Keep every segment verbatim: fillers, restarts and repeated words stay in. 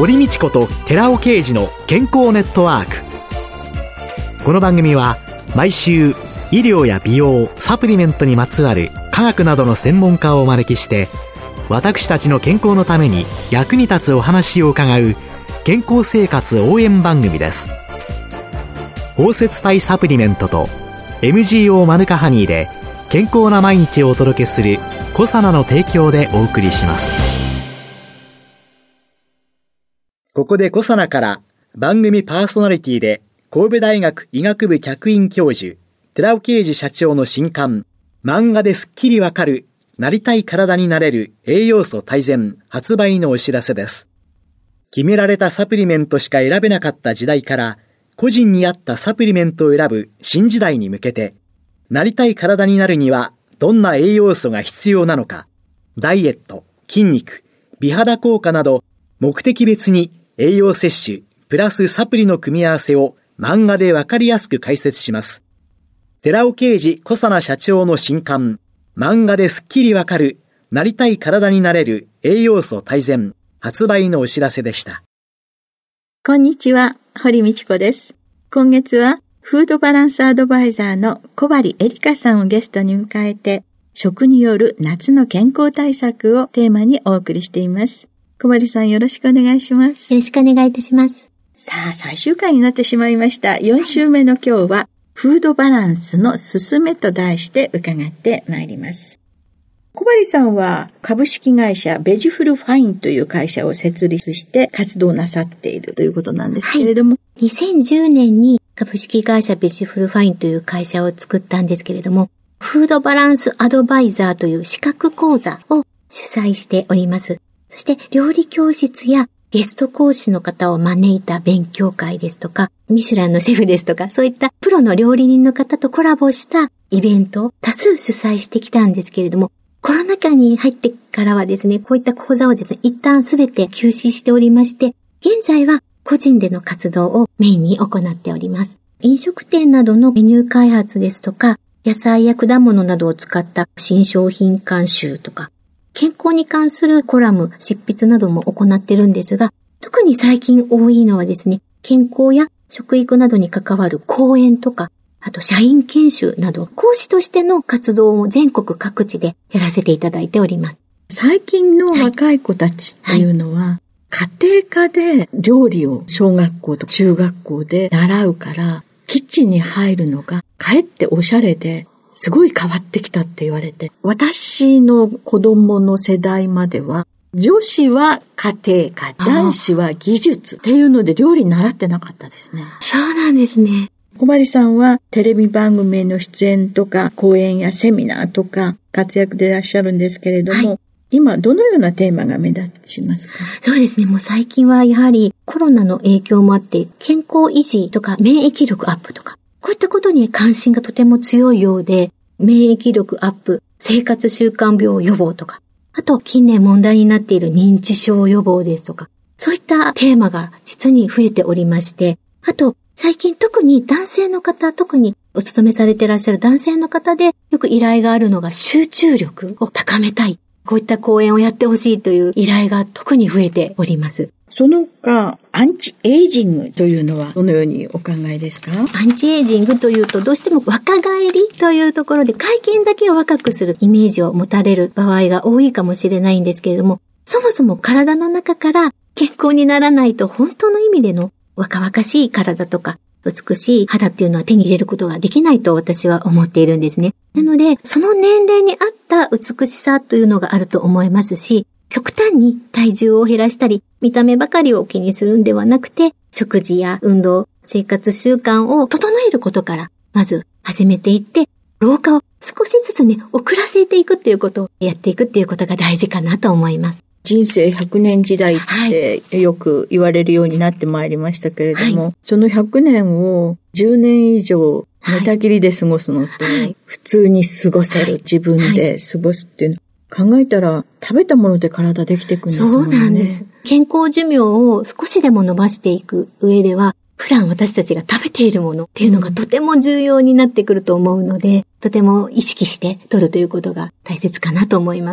堀道子と寺尾啓二の健康ネットワーク。この番組は毎週医療や美容、サプリメントにまつわる科学などの専門家をお招きして、私たちの健康のために役に立つお話を伺う健康生活応援番組です。包摂体サプリメントと エムジーオー マヌカハニーで健康な毎日をお届けするコサナの提供でお送りします。ここでコサナから番組パーソナリティで神戸大学医学部客員教授寺尾啓二社長の新刊、漫画ですっきりわかるなりたい体になれる栄養素大全発売のお知らせです。決められたサプリメントしか選べなかった時代から個人に合ったサプリメントを選ぶ新時代に向けて、なりたい体になるにはどんな栄養素が必要なのか、ダイエット、筋肉、美肌効果など目的別に栄養摂取プラスサプリの組み合わせを漫画でわかりやすく解説します。寺尾啓二小佐奈社長の新刊、漫画ですっきりわかるなりたい体になれる栄養素大全発売のお知らせでした。 こんにちは、堀道子です。今月はフードバランスアドバイザーの小針エリカさんをゲストに迎えて、食による夏の健康対策をテーマにお送りしています。小針さん、よろしくお願いします。 よろしくお願いいたします。 さあ、最終回になってしまいました。よん週目の今日は、フードバランスのすすめと題して伺ってまいります。小針さんは株式会社ベジフルファインという会社を設立して活動なさっているということなんですけれども、はい、 にせんじゅうねんに株式会社ベジフルファインという会社を作ったんですけれども、フードバランスアドバイザーという資格講座を主催しております。そして料理教室やゲスト講師の方を招いた勉強会ですとか、ミシュランのシェフですとか、そういったプロの料理人の方とコラボしたイベントを多数主催してきたんですけれども、コロナ禍に入ってからはですね、こういった講座をですね、一旦すべて休止しておりまして、現在は個人での活動をメインに行っております。飲食店などのメニュー開発ですとか、野菜や果物などを使った新商品監修とか、健康に関するコラム、執筆なども行ってるんですが、特に最近多いのはですね、健康や食育などに関わる講演とか、あと社員研修など、講師としての活動を全国各地でやらせていただいております。 最近の若い子たちっていうのは、はいはい、家庭科で料理を小学校と中学校で習うから、キッチンに入るのがかえっておしゃれで、すごい変わってきたって言われて、私の子供の世代までは、女子は家庭科、男子は技術っていうので料理習ってなかったですね。 そうなんですね。 小針さんはテレビ番組への出演とか講演やセミナーとか活躍でいらっしゃるんですけれども、はい、今どのようなテーマが目立ちますか？ そうですね。もう最近はやはりコロナの影響もあって健康維持とか免疫力アップとかこういったことに関心がとても強いようで、免疫力アップ、生活習慣病予防とか、あと近年問題になっている認知症予防ですとか、そういったテーマが実に増えておりまして、あと最近特に男性の方、特にお勤めされていらっしゃる男性の方でよく依頼があるのが集中力を高めたい。こういった講演をやってほしいという依頼が特に増えております。 その他、アンチエイジングというのはどのようにお考えですか？ アンチエイジングというとどうしても若返りというところで外見だけを若くするイメージを持たれる場合が多いかもしれないんですけれども、そもそも体の中から健康にならないと本当の意味での若々しい体とか美しい肌っていうのは手に入れることができないと私は思っているんですね。なので、その年齢に合った美しさというのがあると思いますし、極端に体重を減らしたり、見た目ばかりを気にするんではなくて、食事や運動、生活習慣を整えることから、まず始めていって、老化を少しずつね、遅らせていくっていうことをやっていくっていうことが大事かなと思います。 人生ひゃくねん時代ってよく言われるようになってまいりましたけれども、はい、そのひゃくねんをじゅうねん以上寝たきりで過ごすのと、はい、普通に過ごせる、自分で過ごすっていうの、考えたら食べたもので体できていくんですもんね。 そうなんです。健康寿命を少しでも伸ばしていく上では、普段私たちが食べているものっていうのがとても重要になってくると思うので、とても意識して取るということが大切かなと思います。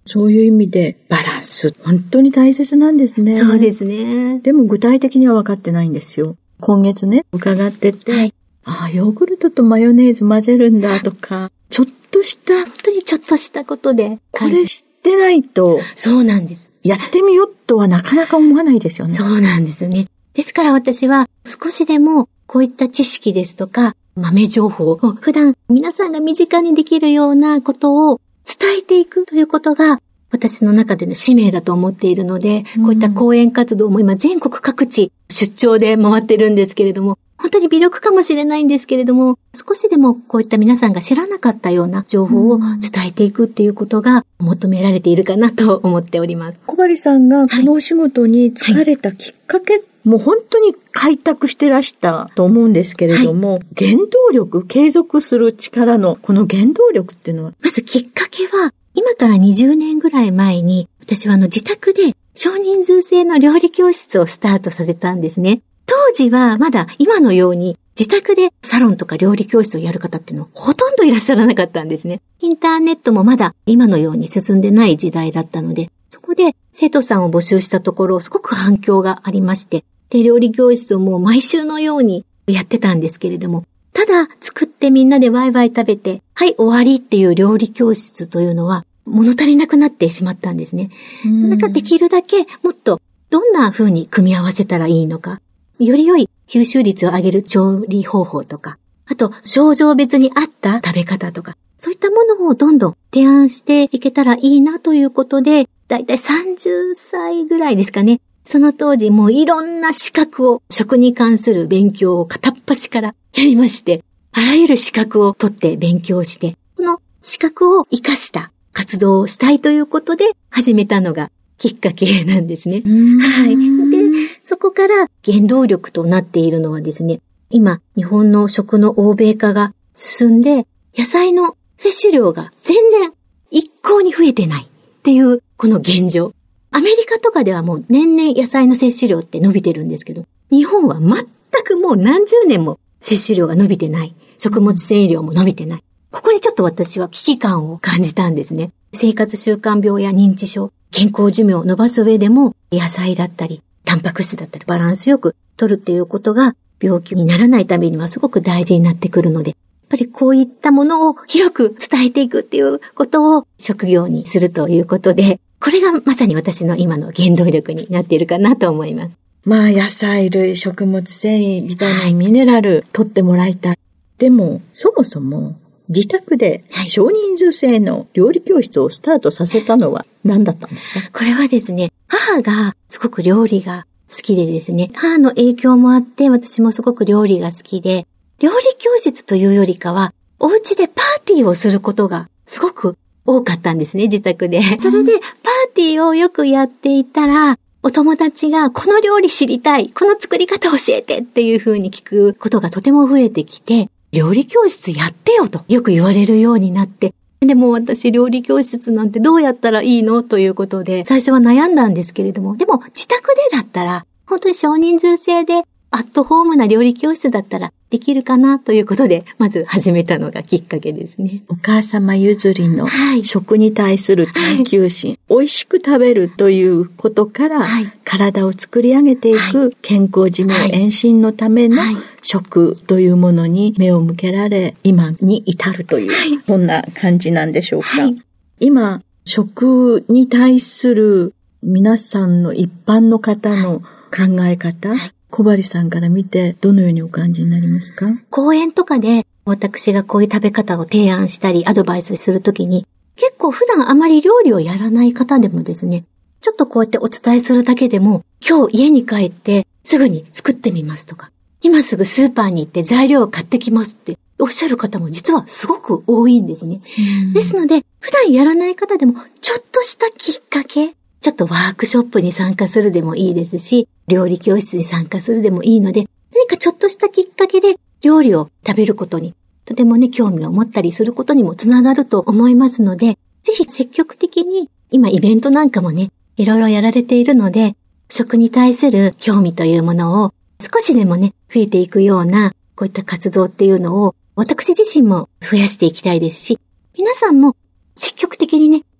そういう意味でバランス、本当に大切なんですね。 そうですね。 でも具体的には分かってないんですよ。今月ね、伺ってて、はい、ああ、ヨーグルトとマヨネーズ混ぜるんだとか、ちょっとした、 本当にちょっとしたことで。 これ知ってないと、 そうなんです。 やってみようとはなかなか思わないですよね。 そうなんですよね。ですから私は少しでもこういった知識ですとか、豆情報を普段皆さんが身近にできるようなことを伝えていくということが私の中での使命だと思っているので、こういった講演活動も今全国各地出張で回ってるんですけれども、本当に微力かもしれないんですけれども、少しでもこういった皆さんが知らなかったような情報を伝えていくっていうことが求められているかなと思っております。 小針さんがこのお仕事に疲れたきっかけ、はいはい、もう本当に開拓してらしたと思うんですけれども、はい、原動力、継続する力のこの原動力っていうのは、 まずきっかけは今からにじゅうねんぐらい前に私はあの自宅で少人数制の料理教室をスタートさせたんですね。当時はまだ今のように自宅でサロンとか料理教室をやる方っていうのはほとんどいらっしゃらなかったんですね。インターネットもまだ今のように進んでない時代だったので、そこで生徒さんを募集したところすごく反響がありまして、で料理教室をもう毎週のようにやってたんですけれども、ただ作ってみんなでワイワイ食べて、はい終わりっていう料理教室というのは物足りなくなってしまったんですね。なんかできるだけもっとどんな風に組み合わせたらいいのか、より良い吸収率を上げる調理方法とか、あと症状別に合った食べ方とか、そういったものをどんどん提案していけたらいいなということで、だいたいさんじゅっさいぐらいですかね。その当時もういろんな資格を、食に関する勉強を片っ端からやりまして、あらゆる資格を取って勉強して、この資格を活かした活動をしたいということで始めたのがきっかけなんですね。はい。で、そこから原動力となっているのはですね、今日本の食の欧米化が進んで、野菜の摂取量が全然一向に増えてないっていうこの現状。アメリカとかではもう年々野菜の摂取量って伸びてるんですけど、日本は全くもう何十年も摂取量が伸びてない。食物繊維量も伸びてない。ここにちょっと私は危機感を感じたんですね。生活習慣病や認知症、健康寿命を伸ばす上でも野菜だったり、タンパク質だったりバランスよく取るっていうことが病気にならないためにはすごく大事になってくるので、やっぱりこういったものを広く伝えていくっていうことを職業にするということで、これがまさに私の今の原動力になっているかなと思います。 まあ野菜類、食物繊維、ビタミン、ミネラル取ってもらいたい。でもそもそも自宅で少人数制の料理教室をスタートさせたのは何だったんですか？ これはですね、母がすごく料理が好きでですね、母の影響もあって私もすごく料理が好きで、料理教室というよりかはお家でパーティーをすることがすごく多かったんですね、自宅で。それでパーティーをよくやっていたら、お友達がこの料理知りたい、この作り方教えてっていう風に聞くことがとても増えてきて、料理教室やってよとよく言われるようになって、でも私料理教室なんてどうやったらいいのということで最初は悩んだんですけれども、でも自宅でだったら本当に少人数制でアットホームな料理教室だったらできるかなということでまず始めたのがきっかけですね。 お母様譲りの食に対する探求心、はい、美味しく食べるということから、はい、体を作り上げていく健康寿命延伸のための食というものに目を向けられ今に至るという、はい、こんな感じなんでしょうか。はい、今食に対する皆さんの一般の方の考え方、はい、小針さんから見てどのようにお感じになりますか？ 講演とかで私がこういう食べ方を提案したりアドバイスするときに、結構普段あまり料理をやらない方でもですね、ちょっとこうやってお伝えするだけでも、今日家に帰ってすぐに作ってみますとか、今すぐスーパーに行って材料を買ってきますっておっしゃる方も実はすごく多いんですね。ですので、普段やらない方でもちょっとしたきっかけ、ちょっとワークショップに参加するでもいいですし、料理教室に参加するでもいいので、何かちょっとしたきっかけで料理を食べることに、とてもね、興味を持ったりすることにもつながると思いますので、ぜひ積極的に、今イベントなんかもね、いろいろやられているので、食に対する興味というものを少しでもね、増えていくような、こういった活動っていうのを、私自身も増やしていきたいですし、皆さんも積極的にね、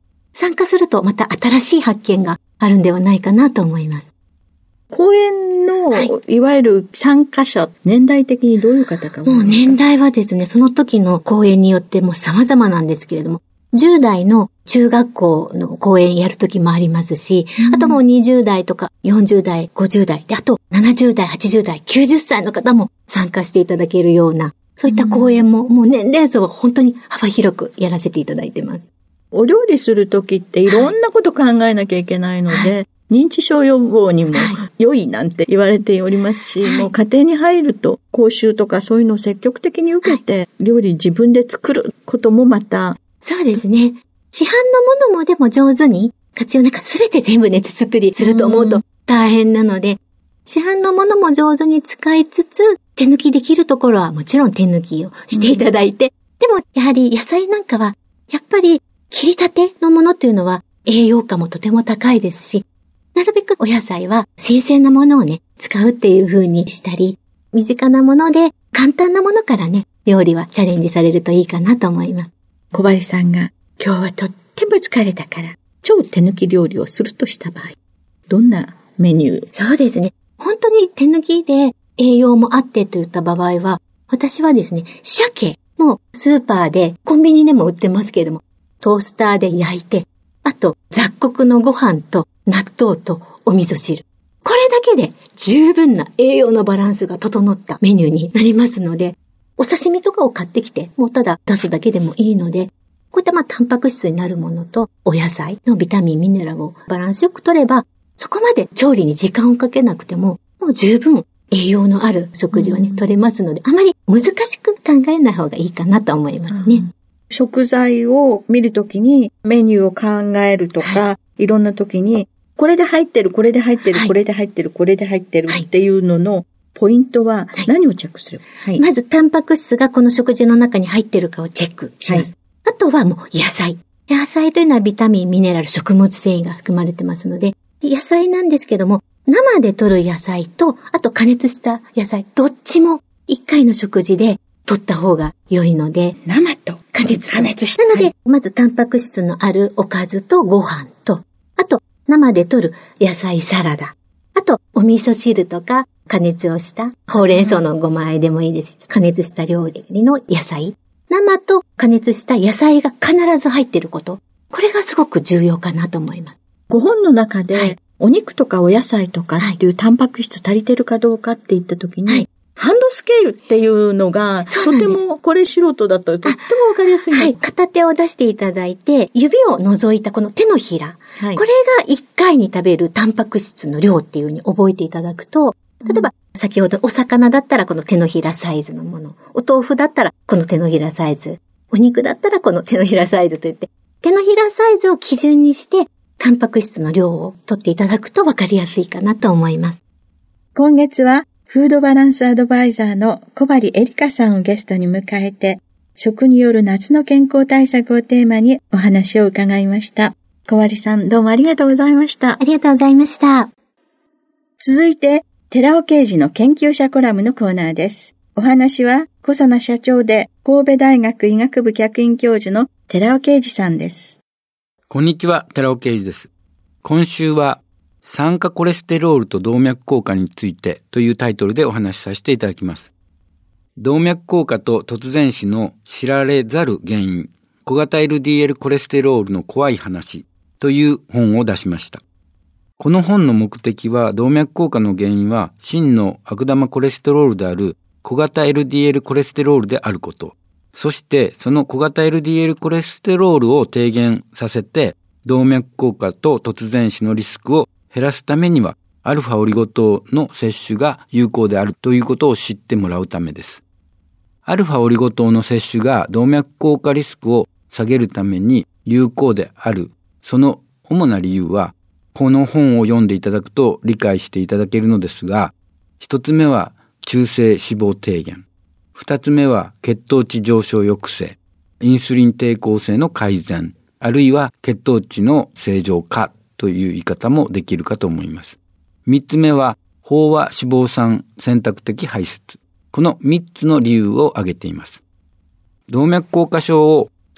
参加するとまた新しい発見があるんではないかなと思います。 講演の、はい、いわゆる参加者、年代的にどういう方かもう年代はですね、その時の講演によってもう様々なんですけれども、じゅう代の中学校の講演やる時もありますし、うん、あともうにじゅう代とかよんじゅう代、ごじゅう代で、あとななじゅう代、はちじゅう代、きゅうじゅっさいの方も参加していただけるような、そういった講演も、うん、もう年齢層は本当に幅広くやらせていただいてます。 お料理する時っていろんなこと考えなきゃいけないので、はい、認知症予防にも良いなんて言われておりますし、はい、もう家庭に入ると講習とかそういうのを積極的に受けて、はい、料理自分で作ることもまた。 そうですね。市販のものもでも上手に活用、なんか全て全部ね手作りすると思うと大変なので、市販のものも上手に使いつつ、手抜きできるところはもちろん手抜きをしていただいて、でもやはり野菜なんかはやっぱり切りたてのものっていうのは栄養価もとても高いですし、なるべくお野菜は新鮮なものをね、使うっていう風にしたり、身近なもので簡単なものからね、料理はチャレンジされるといいかなと思います。 小林さんが今日はとっても疲れたから超手抜き料理をするとした場合、どんなメニュー？ そうですね。本当に手抜きで栄養もあってといった場合は、私はですね、鮭もスーパーでコンビニでも売ってますけれども、トースターで焼いて、あと雑穀のご飯と納豆とお味噌汁。これだけで十分な栄養のバランスが整ったメニューになりますので、お刺身とかを買ってきて、もうただ出すだけでもいいので、こういったまあタンパク質になるものとお野菜のビタミン、ミネラルをバランスよく取れば、そこまで調理に時間をかけなくても、もう十分栄養のある食事はね、取れますので、あまり難しく考えない方がいいかなと思いますね。うん、 食材を見るときにメニューを考えるとか、はい、いろんなときに、これで入ってる、これで入ってる、はい、これで入ってる、これで入ってるっていうののポイントは何をチェックする？ はい、まず、タンパク質がこの食事の中に入ってるかをチェックします。はい、あとはもう野菜。野菜というのはビタミン、ミネラル、食物繊維が含まれてますので、野菜なんですけども、生で摂る野菜と、あと加熱した野菜、どっちもいっかいの食事で摂った方が良いので、 生と加熱。 加熱した。 なので、はい、まずタンパク質のあるおかずとご飯と、あと生で摂る野菜サラダ、あとお味噌汁とか加熱をしたほうれん草のごま和えでもいいですし、加熱した料理の野菜、生と加熱した野菜が必ず入っていること、これがすごく重要かなと思います。 ご本の中で、はい、お肉とかお野菜とかっていうタンパク質足りてるかどうかって言ったときに、はい、ハンドスケールっていうのが、とてもこれ素人だととってもわかりやすい。 はい。片手を出していただいて、指を除いたこの手のひら。はい、これがいっかいに食べるタンパク質の量っていう風に覚えていただくと、例えば、先ほどお魚だったらこの手のひらサイズのもの、お豆腐だったらこの手のひらサイズ、お肉だったらこの手のひらサイズといって、手のひらサイズを基準にして、タンパク質の量を取っていただくと分かりやすいかなと思います。 今月はフードバランスアドバイザーの小針エリカさんをゲストに迎えて、食による夏の健康対策をテーマにお話を伺いました。小針さん、どうもありがとうございました。 ありがとうございました。 続いて、寺尾啓二の研究者コラムのコーナーです。お話は小佐奈社長で神戸大学医学部客員教授の寺尾啓二さんです。 こんにちは、寺尾啓二です。今週は酸化コレステロールと動脈硬化についてというタイトルでお話しさせていただきます。動脈硬化と突然死の知られざる原因、小型 エルディーエル コレステロールの怖い話という本を出しました。この本の目的は動脈硬化の原因は真の悪玉コレステロールである小型 エルディーエル コレステロールであること。そしてその小型 エルディーエル コレステロールを低減させて動脈硬化と突然死のリスクを減らすためにはアルファオリゴ糖の摂取が有効であるということを知ってもらうためです。アルファオリゴ糖の摂取が動脈硬化リスクを下げるために有効である。その主な理由はこの本を読んでいただくと理解していただけるのですが、一つ目は中性脂肪低減。二つ目は血糖値上昇抑制、インスリン抵抗性の改善、あるいは血糖値の正常化という言い方もできるかと思います。三つ目は飽和脂肪酸選択的排泄。この三つの理由を挙げています。動脈硬化症を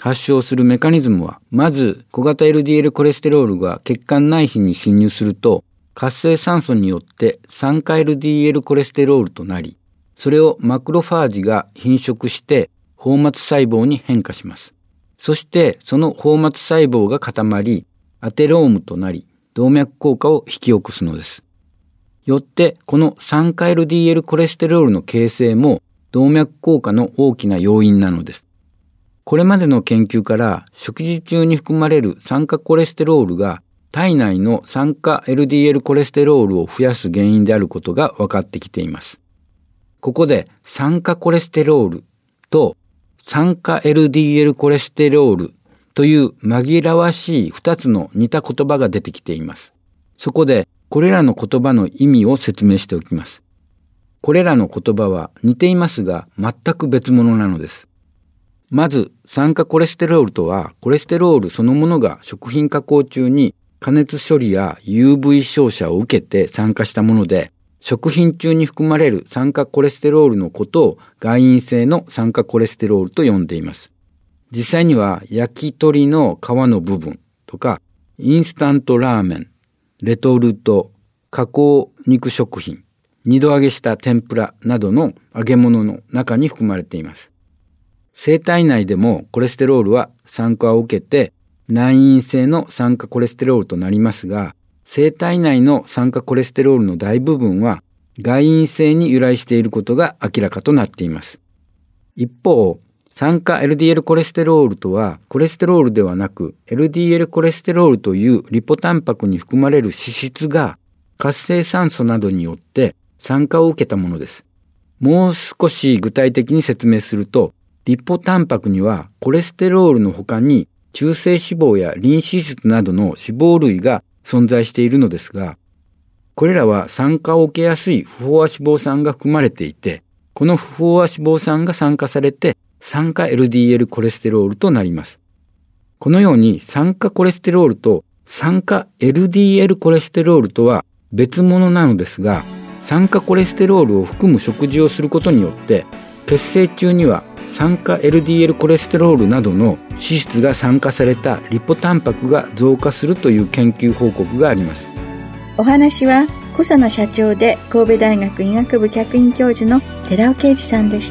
発症するメカニズムは、まず小型 エルディーエル コレステロールが血管内皮に侵入すると、活性酸素によって酸化 エルディーエル コレステロールとなり、それをマクロファージが品食して泡膜細胞に変化します。そしてその泡膜細胞が固まり、アテロームとなり、動脈硬化を引き起こすのです。よってこの酸化 エルディーエル コレステロールの形成も動脈硬化の大きな要因なのです。これまでの研究から食事中に含まれる酸化コレステロールが体内の酸化 エルディーエル コレステロールを増やす原因であることが分かってきています。ここで酸化コレステロールと酸化 エルディーエル コレステロールという紛らわしい二つの似た言葉が出てきています。そこでこれらの言葉の意味を説明しておきます。これらの言葉は似ていますが全く別物なのです。まず酸化コレステロールとはコレステロールそのものが食品加工中に加熱処理や ユーブイ 照射を受けて酸化したもので、食品中に含まれる酸化コレステロールのことを外因性の酸化コレステロールと呼んでいます。実際には焼き鳥の皮の部分とか、インスタントラーメン、レトルト、加工肉食品、二度揚げした天ぷらなどの揚げ物の中に含まれています。生体内でもコレステロールは酸化を受けて内因性の酸化コレステロールとなりますが、生体内の酸化コレステロールの大部分は外因性に由来していることが明らかとなっています。一方、酸化 エルディーエル コレステロールとはコレステロールではなく エルディーエル コレステロールというリポタンパクに含まれる脂質が活性酸素などによって酸化を受けたものです。もう少し具体的に説明すると、リポタンパクにはコレステロールの他に中性脂肪やリン脂質などの脂肪類が存在しているのですが、これらは酸化を受けやすい不飽和脂肪酸が含まれていて、この不飽和脂肪酸が酸化されて酸化 エルディーエル コレステロールとなります。このように酸化コレステロールと酸化 エルディーエル コレステロールとは別物なのですが、酸化コレステロールを含む食事をすることによって血清中には酸化 エルディーエル コレステロールなどの脂質が酸化されたリポタンパクが増加するという研究報告があります。 お話は小佐野社長で神戸大学医学部客員教授の寺尾啓二さんでした。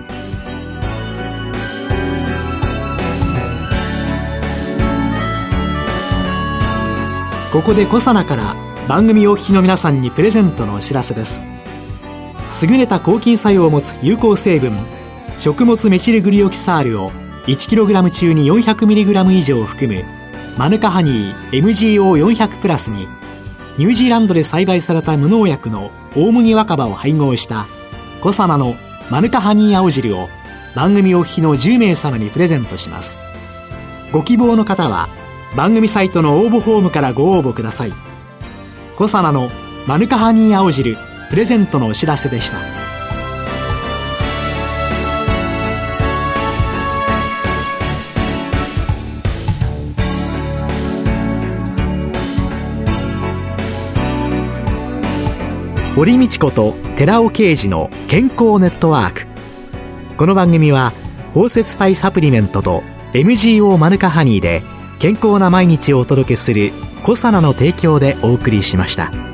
ここで小佐野から番組お聞きの皆さんにプレゼントのお知らせです。優れた抗菌作用を持つ有効成分食物メチルグリオキサールを いちキログラム 中に よんひゃくミリグラム 以上含むマヌカハニー エムジーオーよんひゃく プラスにニュージーランドで栽培された無農薬の大麦若葉を配合したコサナのマヌカハニー青汁を番組お聞きのじゅうめいさまにプレゼントします。ご希望の方は番組サイトの応募フォームからご応募ください。コサナのマヌカハニー青汁プレゼントのお知らせでした。堀道子と寺尾啓二の健康ネットワーク。この番組は包摂体サプリメントと エムジーオー マヌカハニーで健康な毎日をお届けするコサナの提供でお送りしました。